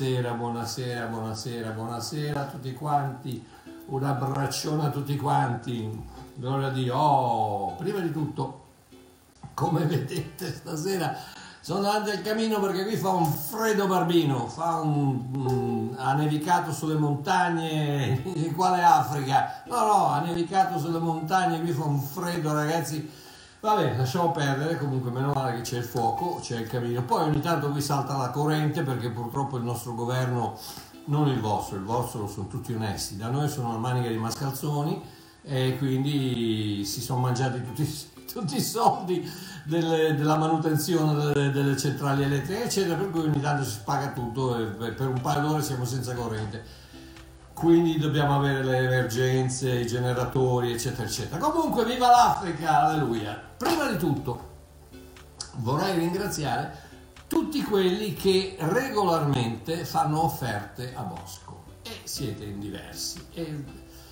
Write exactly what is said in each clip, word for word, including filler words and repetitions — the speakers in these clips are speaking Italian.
buonasera, buonasera, buonasera, buonasera a tutti quanti, un abbraccione a tutti quanti, gloria a Dio. Oh, prima di tutto, come vedete stasera sono davanti al camino perché qui fa un freddo barbino, fa un, un, ha nevicato sulle montagne, in quale Africa? No, no, ha nevicato sulle montagne, qui fa un freddo, ragazzi. Vabbè, lasciamo perdere, comunque meno male che c'è il fuoco, c'è il camino. Poi ogni tanto qui salta la corrente perché purtroppo il nostro governo, non il vostro, il vostro sono tutti onesti, da noi sono una manica di mascalzoni e quindi si sono mangiati tutti, tutti i soldi delle, della manutenzione delle, delle centrali elettriche, eccetera, per cui ogni tanto si spaga tutto e per un paio d'ore siamo senza corrente. Quindi dobbiamo avere le emergenze, i generatori, eccetera, eccetera. Comunque, viva l'Africa, alleluia! Prima di tutto vorrei ringraziare tutti quelli che regolarmente fanno offerte a Bosco e siete in diversi. E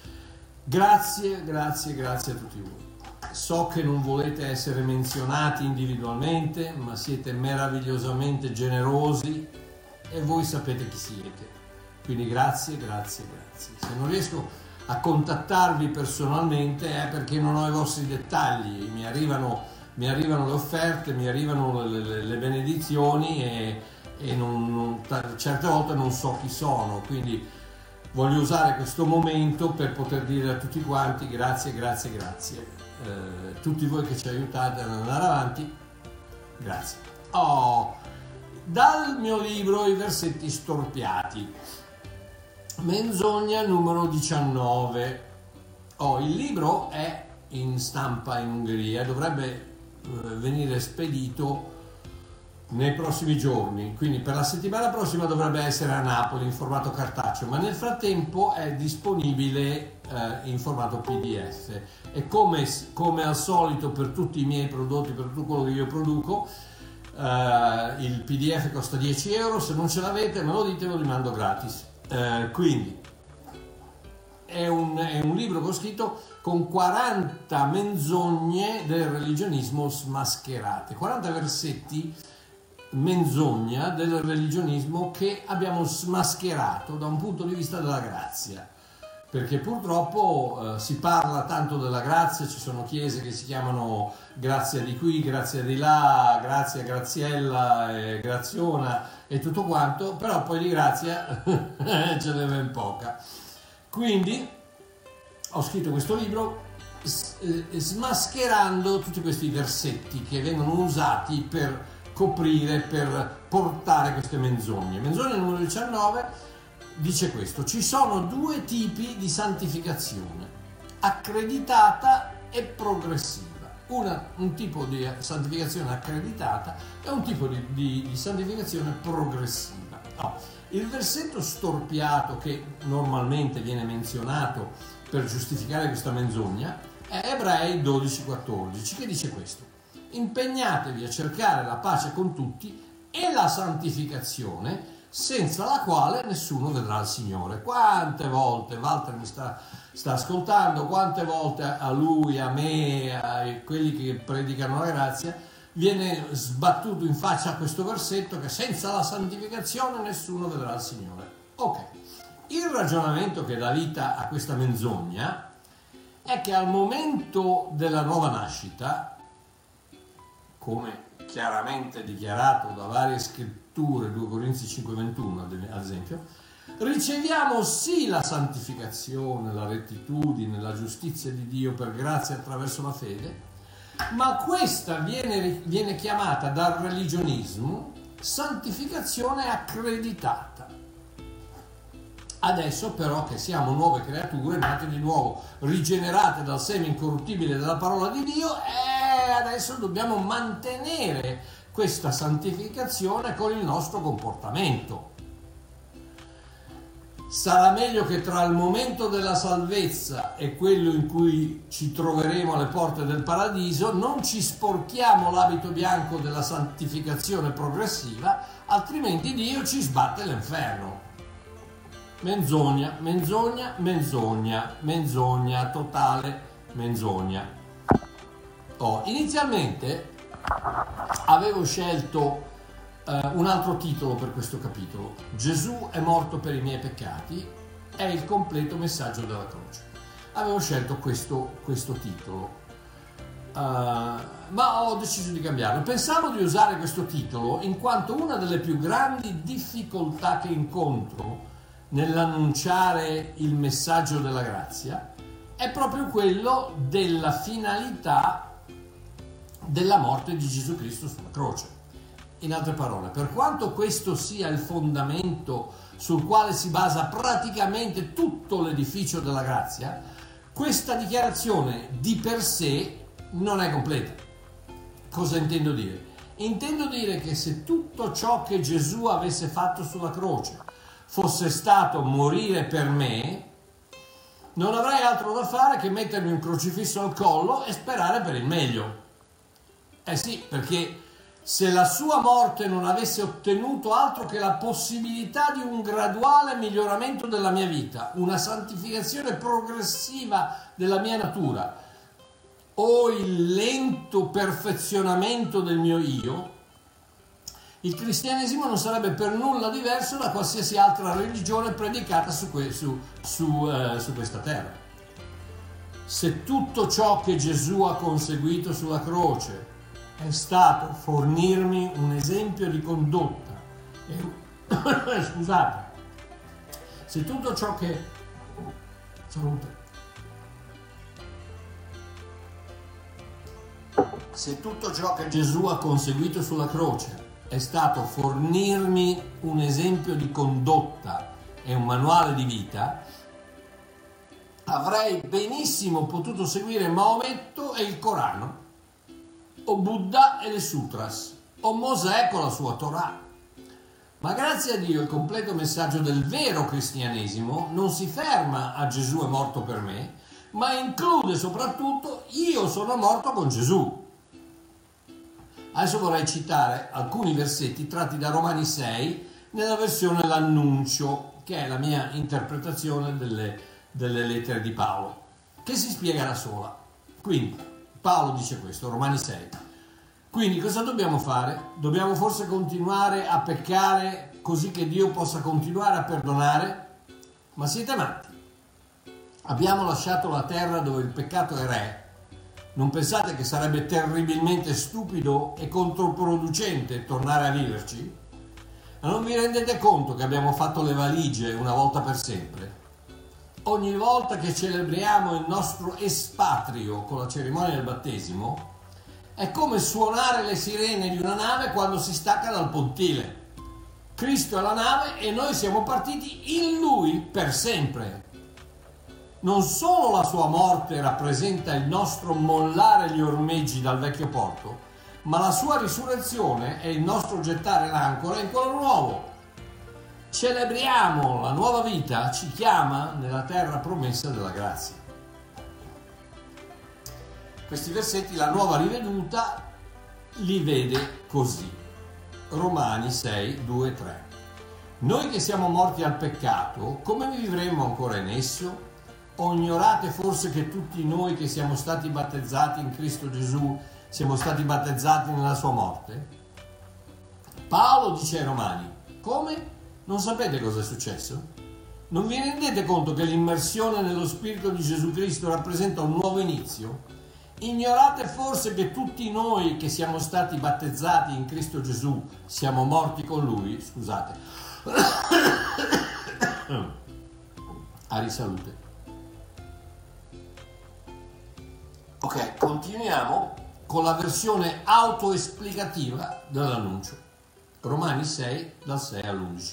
grazie, grazie, grazie a tutti voi. So che non volete essere menzionati individualmente, ma siete meravigliosamente generosi e voi sapete chi siete. Quindi grazie, grazie, grazie. Se non riesco a contattarvi personalmente è perché non ho i vostri dettagli, mi arrivano, mi arrivano le offerte, mi arrivano le, le, le benedizioni e, e non, non, certe volte non so chi sono, quindi voglio usare questo momento per poter dire a tutti quanti grazie, grazie, grazie. Eh, tutti voi che ci aiutate ad andare avanti, grazie. Oh, dal mio libro I versetti storpiati. Menzogna numero diciannove. Oh, il libro è in stampa in Ungheria, dovrebbe eh, venire spedito nei prossimi giorni, quindi per la settimana prossima dovrebbe essere a Napoli in formato cartaceo, ma nel frattempo è disponibile eh, in formato P D F e come, come al solito per tutti i miei prodotti, per tutto quello che io produco, eh, il P D F costa dieci euro, se non ce l'avete me lo dite, ve lo mando gratis. Uh, quindi è un, è un libro che ho scritto con quaranta menzogne del religionismo smascherate, quaranta versetti menzogna del religionismo che abbiamo smascherato da un punto di vista della grazia, perché purtroppo uh, si parla tanto della grazia, ci sono chiese che si chiamano grazia di qui, grazia di là, grazia, graziella, eh, graziona e tutto quanto, però poi di grazia ce n'è ben poca. Quindi ho scritto questo libro smascherando tutti questi versetti che vengono usati per coprire, per portare queste menzogne. Menzogna numero diciannove dice questo: ci sono due tipi di santificazione, accreditata e progressiva. Una, un tipo di santificazione accreditata e un tipo di, di, di santificazione progressiva. No. Il versetto storpiato che normalmente viene menzionato per giustificare questa menzogna è Ebrei dodici quattordici, che dice questo: impegnatevi a cercare la pace con tutti e la santificazione, senza la quale nessuno vedrà il Signore. Quante volte Walter mi sta, sta ascoltando, quante volte a lui, a me, a quelli che predicano la grazia, viene sbattuto in faccia questo versetto che senza la santificazione nessuno vedrà il Signore. Ok, il ragionamento che dà vita a questa menzogna è che al momento della nuova nascita, come chiaramente dichiarato da varie scritture, due Corinzi cinque ventuno ad esempio, riceviamo sì la santificazione, la rettitudine, la giustizia di Dio per grazia attraverso la fede, ma questa viene, viene chiamata dal religionismo santificazione accreditata. Adesso però che siamo nuove creature, nate di nuovo, rigenerate dal seme incorruttibile della parola di Dio, e adesso dobbiamo mantenere questa santificazione con il nostro comportamento. Sarà meglio che tra il momento della salvezza e quello in cui ci troveremo alle porte del paradiso non ci sporchiamo l'abito bianco della santificazione progressiva, altrimenti Dio ci sbatte l'inferno. Menzogna, menzogna, menzogna, menzogna, totale menzogna. Oh, inizialmente avevo scelto Uh, un altro titolo per questo capitolo: Gesù è morto per i miei peccati, è il completo messaggio della croce. Avevo scelto questo, questo titolo, uh, ma ho deciso di cambiarlo. Pensavo di usare questo titolo in quanto una delle più grandi difficoltà che incontro nell'annunciare il messaggio della grazia è proprio quello della finalità della morte di Gesù Cristo sulla croce. In altre parole, per quanto questo sia il fondamento sul quale si basa praticamente tutto l'edificio della grazia, questa dichiarazione di per sé non è completa. Cosa intendo dire? Intendo dire che se tutto ciò che Gesù avesse fatto sulla croce fosse stato morire per me, non avrei altro da fare che mettermi un crocifisso al collo e sperare per il meglio. Eh sì, perché se la sua morte non avesse ottenuto altro che la possibilità di un graduale miglioramento della mia vita, una santificazione progressiva della mia natura o il lento perfezionamento del mio io, il cristianesimo non sarebbe per nulla diverso da qualsiasi altra religione predicata su, que- su, su, eh, su questa terra. Se tutto ciò che Gesù ha conseguito sulla croce è stato fornirmi un esempio di condotta, e, scusate, se tutto ciò che salute, se tutto ciò che Gesù ha conseguito sulla croce è stato fornirmi un esempio di condotta e un manuale di vita, avrei benissimo potuto seguire Maometto e il Corano, o Buddha e le Sutras, o Mosè con la sua Torah. Ma grazie a Dio il completo messaggio del vero cristianesimo non si ferma a Gesù è morto per me, ma include soprattutto io sono morto con Gesù. Adesso vorrei citare alcuni versetti tratti da Romani sei nella versione L'Annuncio, che è la mia interpretazione delle, delle lettere di Paolo, che si spiega da sola. Quindi Paolo dice questo, Romani sei. Quindi cosa dobbiamo fare? Dobbiamo forse continuare a peccare così che Dio possa continuare a perdonare? Ma siete matti? Abbiamo lasciato la terra dove il peccato è re. Non pensate che sarebbe terribilmente stupido e controproducente tornare a viverci? Ma non vi rendete conto che abbiamo fatto le valigie una volta per sempre? Ogni volta che celebriamo il nostro espatrio con la cerimonia del battesimo, è come suonare le sirene di una nave quando si stacca dal pontile. Cristo è la nave e noi siamo partiti in Lui per sempre. Non solo la sua morte rappresenta il nostro mollare gli ormeggi dal vecchio porto, ma la sua risurrezione è il nostro gettare l'ancora in quello nuovo. Celebriamo la nuova vita, ci chiama nella terra promessa della grazia. Questi versetti la nuova riveduta li vede così. Romani sei, due, tre. Noi che siamo morti al peccato, come vivremo ancora in esso? O ignorate forse che tutti noi che siamo stati battezzati in Cristo Gesù siamo stati battezzati nella sua morte? Paolo dice ai Romani: come? Non sapete cosa è successo? Non vi rendete conto che l'immersione nello Spirito di Gesù Cristo rappresenta un nuovo inizio? Ignorate forse che tutti noi che siamo stati battezzati in Cristo Gesù siamo morti con Lui? Scusate. A risalute. Ok, continuiamo con la versione autoesplicativa dell'annuncio. Romani sei, dal sei all'undici.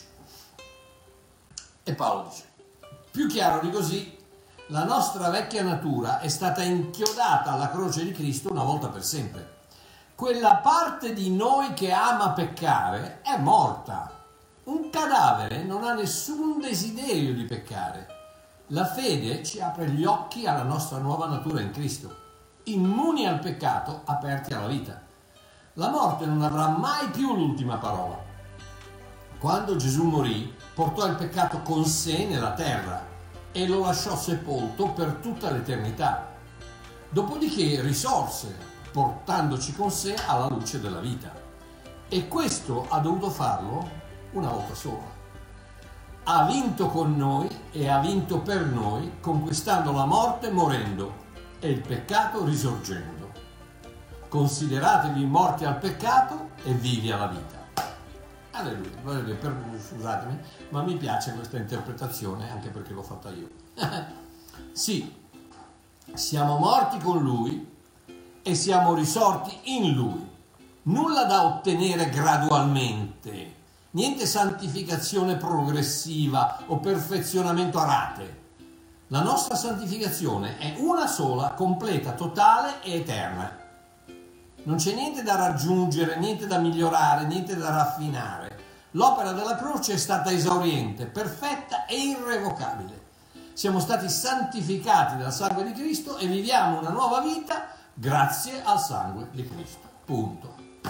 E Paolo dice: più chiaro di così, la nostra vecchia natura è stata inchiodata alla croce di Cristo una volta per sempre. Quella parte di noi che ama peccare è morta. Un cadavere non ha nessun desiderio di peccare. La fede ci apre gli occhi alla nostra nuova natura in Cristo. Immuni al peccato, aperti alla vita. La morte non avrà mai più l'ultima parola. Quando Gesù morì, portò il peccato con sé nella terra e lo lasciò sepolto per tutta l'eternità. Dopodiché risorse, portandoci con sé alla luce della vita. E questo ha dovuto farlo una volta sola. Ha vinto con noi e ha vinto per noi, conquistando la morte morendo e il peccato risorgendo. Consideratevi morti al peccato e vivi alla vita. Alleluia. Per, scusatemi, ma mi piace questa interpretazione anche perché l'ho fatta io. Sì, siamo morti con Lui e siamo risorti in Lui. Nulla da ottenere gradualmente, niente santificazione progressiva o perfezionamento a rate. La nostra santificazione è una sola, completa, totale e eterna. Non c'è niente da raggiungere, niente da migliorare, niente da raffinare. L'opera della croce è stata esauriente, perfetta e irrevocabile. Siamo stati santificati dal sangue di Cristo e viviamo una nuova vita grazie al sangue di Cristo. Punto.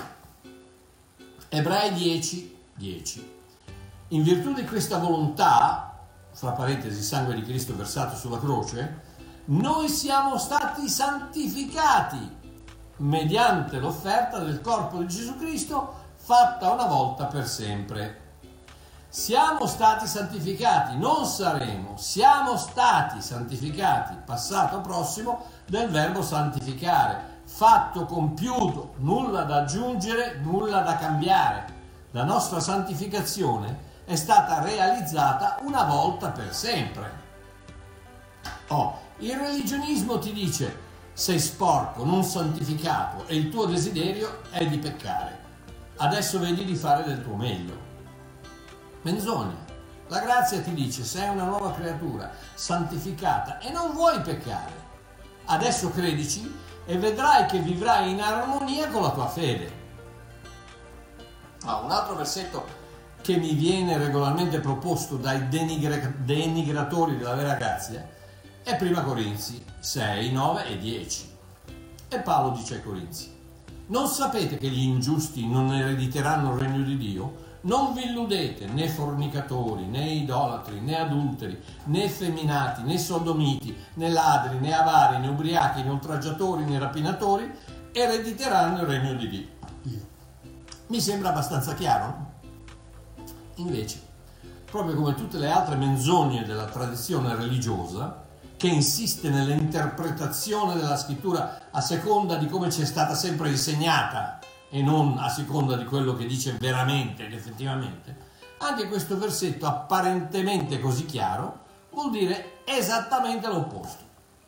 Ebrei dieci, dieci. In virtù di questa volontà, fra parentesi sangue di Cristo versato sulla croce, noi siamo stati santificati mediante l'offerta del corpo di Gesù Cristo fatta una volta per sempre. Siamo stati santificati, non saremo, siamo stati santificati, passato prossimo del verbo santificare, fatto compiuto, nulla da aggiungere, nulla da cambiare. La nostra santificazione è stata realizzata una volta per sempre. Oh, il religionismo ti dice: sei sporco, non santificato e il tuo desiderio è di peccare. Adesso vedi di fare del tuo meglio. Menzogna. La grazia ti dice: sei una nuova creatura, santificata e non vuoi peccare. Adesso credici e vedrai che vivrai in armonia con la tua fede. Ah, un altro versetto che mi viene regolarmente proposto dai denigra- denigratori della vera grazia è prima Corinzi sei, nove e dieci. E Paolo dice ai Corinzi: non sapete che gli ingiusti non erediteranno il regno di Dio? Non vi illudete, né fornicatori, né idolatri, né adulteri, né effeminati, né sodomiti, né ladri, né avari, né ubriachi, né oltraggiatori, né rapinatori erediteranno il regno di Dio. Mi sembra abbastanza chiaro? Invece, proprio come tutte le altre menzogne della tradizione religiosa, che insiste nell'interpretazione della scrittura a seconda di come ci è stata sempre insegnata e non a seconda di quello che dice veramente ed effettivamente, anche questo versetto apparentemente così chiaro vuol dire esattamente l'opposto.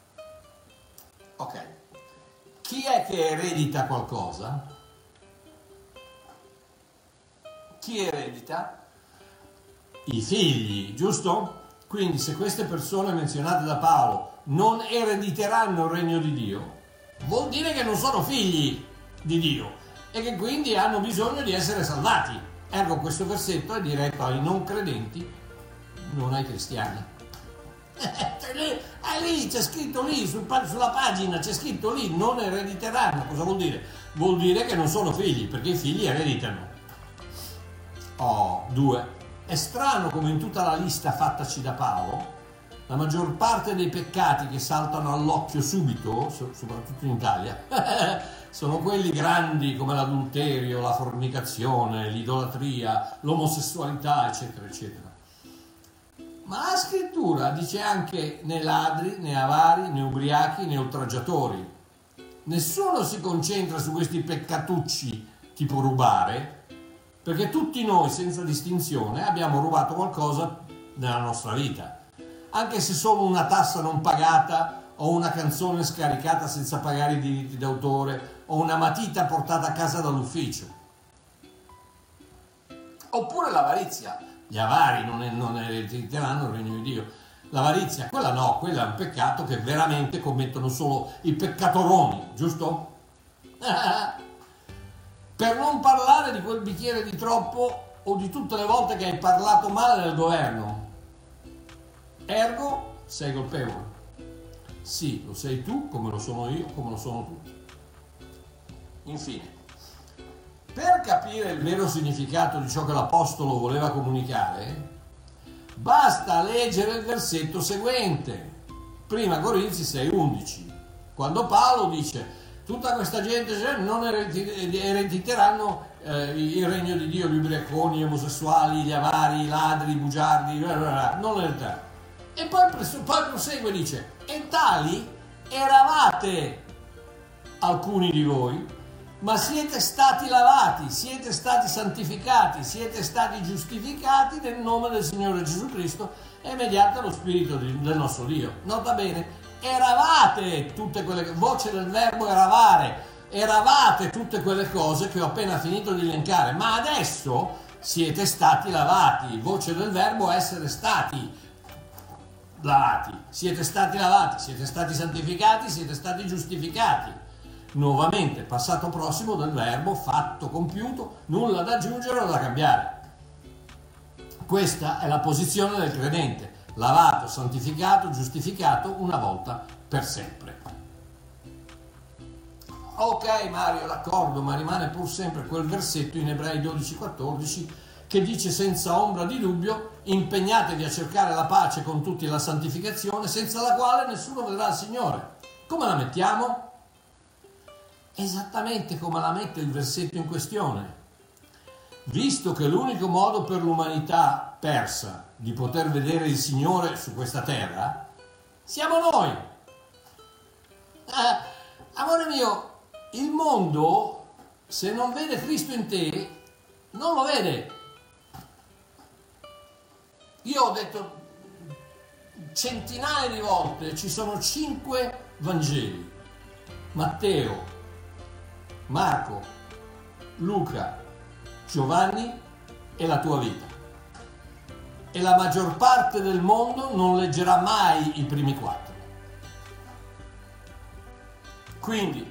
Ok, chi è che eredita qualcosa? Chi eredita? I figli, giusto? Quindi se queste persone menzionate da Paolo non erediteranno il regno di Dio, vuol dire che non sono figli di Dio e che quindi hanno bisogno di essere salvati. Ergo questo versetto è diretto ai non credenti, non ai cristiani. È lì, c'è scritto lì, sul, sulla pagina c'è scritto lì, non erediteranno. Cosa vuol dire? Vuol dire che non sono figli, perché i figli ereditano. Oh, due. È strano come in tutta la lista fattaci da Paolo, la maggior parte dei peccati che saltano all'occhio subito, soprattutto in Italia, sono quelli grandi come l'adulterio, la fornicazione, l'idolatria, l'omosessualità, eccetera, eccetera. Ma la scrittura dice anche né ladri, né avari, né ubriachi, né oltraggiatori. Nessuno si concentra su questi peccatucci tipo rubare, perché tutti noi, senza distinzione, abbiamo rubato qualcosa nella nostra vita. Anche se solo una tassa non pagata, o una canzone scaricata senza pagare i diritti d'autore, o una matita portata a casa dall'ufficio. Oppure l'avarizia. Gli avari non, è, non erediteranno il regno di Dio. L'avarizia, quella no, quella è un peccato che veramente commettono solo i peccatoroni, giusto? Per non parlare di quel bicchiere di troppo o di tutte le volte che hai parlato male del governo. Ergo, sei colpevole. Sì, lo sei tu, come lo sono io, come lo sono tutti. Infine, per capire il vero significato di ciò che l'Apostolo voleva comunicare, basta leggere il versetto seguente, prima Corinzi sei undici, quando Paolo dice: tutta questa gente non erediteranno eh, il regno di Dio, gli ubriaconi, gli omosessuali, gli avari, i ladri, i bugiardi, bla bla bla, non l'eredità. E poi, poi prosegue e dice: e tali eravate alcuni di voi, ma siete stati lavati, siete stati santificati, siete stati giustificati nel nome del Signore Gesù Cristo e mediante lo Spirito di, del nostro Dio. Nota bene, eravate tutte quelle, voce del verbo eravare, eravate tutte quelle cose che ho appena finito di elencare, ma adesso siete stati lavati, voce del verbo essere stati lavati, siete stati lavati, siete stati santificati, siete stati giustificati. Nuovamente, passato prossimo del verbo fatto, compiuto, nulla da aggiungere o da cambiare. Questa è la posizione del credente, lavato, santificato, giustificato una volta per sempre. Ok Mario, d'accordo, ma rimane pur sempre quel versetto in Ebrei dodici quattordici che dice senza ombra di dubbio: impegnatevi a cercare la pace con tutti e la santificazione, senza la quale nessuno vedrà il Signore. Come la mettiamo? Esattamente come la mette il versetto in questione. Visto che l'unico modo per l'umanità persa di poter vedere il Signore su questa terra siamo noi. Eh, amore mio, il mondo, se non vede Cristo in te, non lo vede. Io ho detto centinaia di volte, ci sono cinque Vangeli: Matteo, Marco, Luca, Giovanni e la tua vita. E la maggior parte del mondo non leggerà mai i primi quattro. Quindi,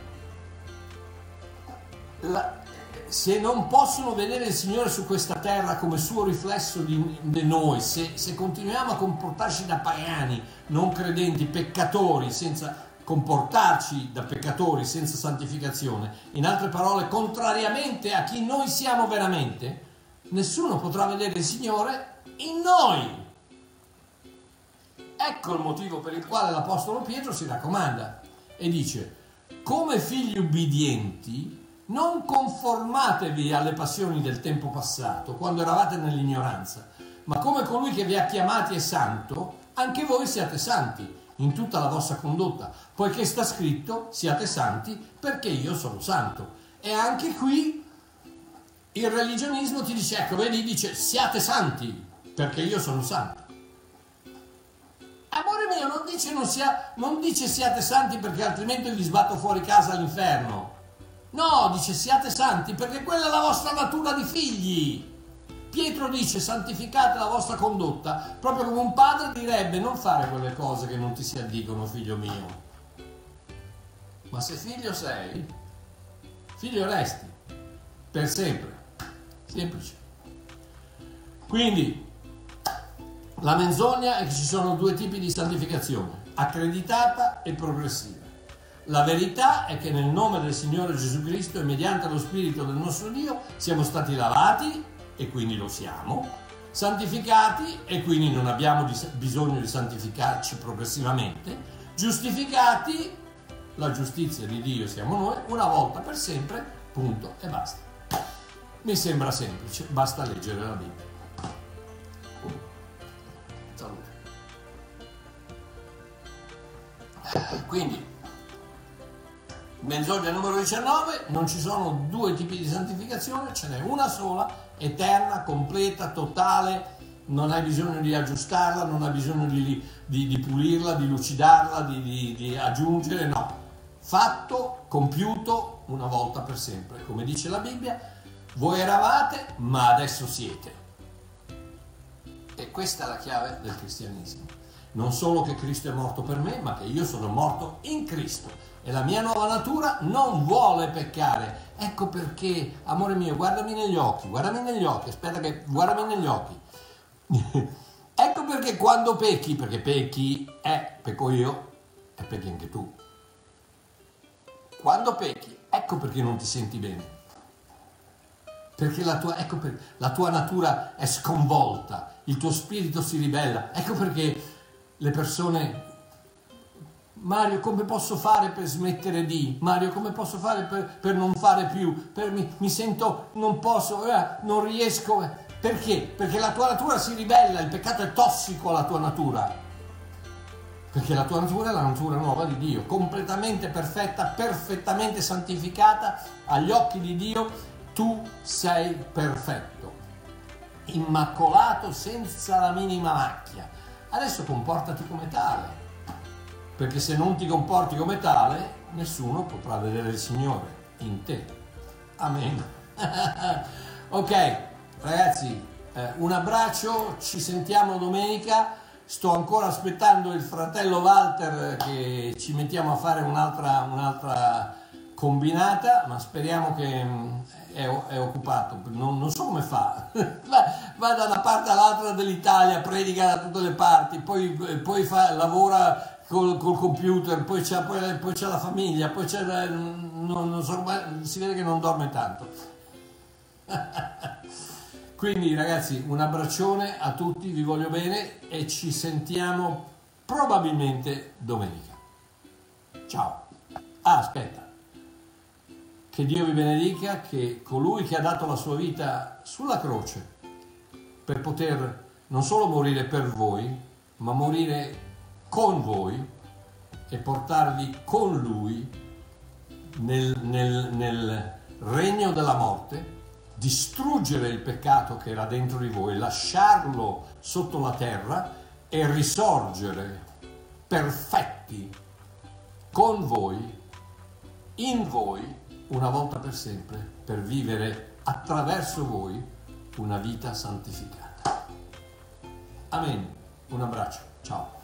la, se non possono vedere il Signore su questa terra come suo riflesso di, di noi, se, se continuiamo a comportarci da pagani, non credenti, peccatori, senza comportarci da peccatori senza santificazione, in altre parole, contrariamente a chi noi siamo veramente, nessuno potrà vedere il Signore in noi. Ecco il motivo per il quale l'Apostolo Pietro si raccomanda e dice: come figli ubbidienti, non conformatevi alle passioni del tempo passato, quando eravate nell'ignoranza, ma come colui che vi ha chiamati è santo, anche voi siate santi in tutta la vostra condotta, poiché sta scritto: siate santi perché io sono santo. E anche qui il religionismo ti dice, ecco, vedi, dice siate santi perché io sono santo. Amore mio, non dice, non, sia, non dice siate santi perché altrimenti vi sbatto fuori casa all'inferno. No, dice siate santi perché quella è la vostra natura di figli. Pietro dice: santificate la vostra condotta, proprio come un padre direbbe: non fare quelle cose che non ti si addicono, figlio mio. Ma se figlio sei, figlio resti per sempre. Semplice. Quindi la menzogna è che ci sono due tipi di santificazione: accreditata e progressiva. La verità è che nel nome del Signore Gesù Cristo e mediante lo Spirito del nostro Dio siamo stati lavati, e quindi lo siamo, santificati, e quindi non abbiamo bisogno di santificarci progressivamente, giustificati, la giustizia di Dio siamo noi, una volta per sempre, punto e basta. Mi sembra semplice, basta leggere la Bibbia. Salute. Quindi, menzogna numero diciannove: non ci sono due tipi di santificazione, ce n'è una sola, eterna, completa, totale, non hai bisogno di aggiustarla, non hai bisogno di, di, di pulirla, di lucidarla, di, di, di aggiungere, no. Fatto, compiuto, una volta per sempre. Come dice la Bibbia, voi eravate, ma adesso siete. E questa è la chiave del cristianesimo. Non solo che Cristo è morto per me, ma che io sono morto in Cristo. E la mia nuova natura non vuole peccare. Ecco perché, amore mio, guardami negli occhi, guardami negli occhi, aspetta che, guardami negli occhi. Ecco perché quando pecchi, perché pecchi, eh, pecco io, e pecchi anche tu. Quando pecchi, ecco perché non ti senti bene. Perché la tua, ecco per, la tua natura è sconvolta, il tuo spirito si ribella. Ecco perché le persone Mario, come posso fare per smettere di? Mario, come posso fare per, per non fare più? Per, mi, mi sento, non posso, eh, non riesco. Perché? Perché la tua natura si ribella, il peccato è tossico alla tua natura. Perché la tua natura è la natura nuova di Dio, completamente perfetta, perfettamente santificata agli occhi di Dio. Tu sei perfetto, immacolato, senza la minima macchia. Adesso comportati come tale. Perché se non ti comporti come tale, nessuno potrà vedere il Signore in te. Amen. Ok, ragazzi, eh, un abbraccio, ci sentiamo domenica. Sto ancora aspettando il fratello Walter che ci mettiamo a fare un'altra, un'altra combinata, ma speriamo che mh, è, è occupato. Non, non so come fa. va, va da una parte all'altra dell'Italia, predica da tutte le parti, poi, poi fa, lavora Col, col computer, poi c'è, poi, poi c'è la famiglia, poi c'è non, non so, si vede che non dorme tanto. Quindi ragazzi, un abbraccione a tutti, vi voglio bene e ci sentiamo probabilmente domenica. Ciao. Ah, aspetta. Che Dio vi benedica, che colui che ha dato la sua vita sulla croce per poter non solo morire per voi, ma morire con voi e portarvi con lui nel, nel, nel regno della morte, distruggere il peccato che era dentro di voi, lasciarlo sotto la terra e risorgere perfetti con voi, in voi, una volta per sempre, per vivere attraverso voi una vita santificata. Amen. Un abbraccio. Ciao.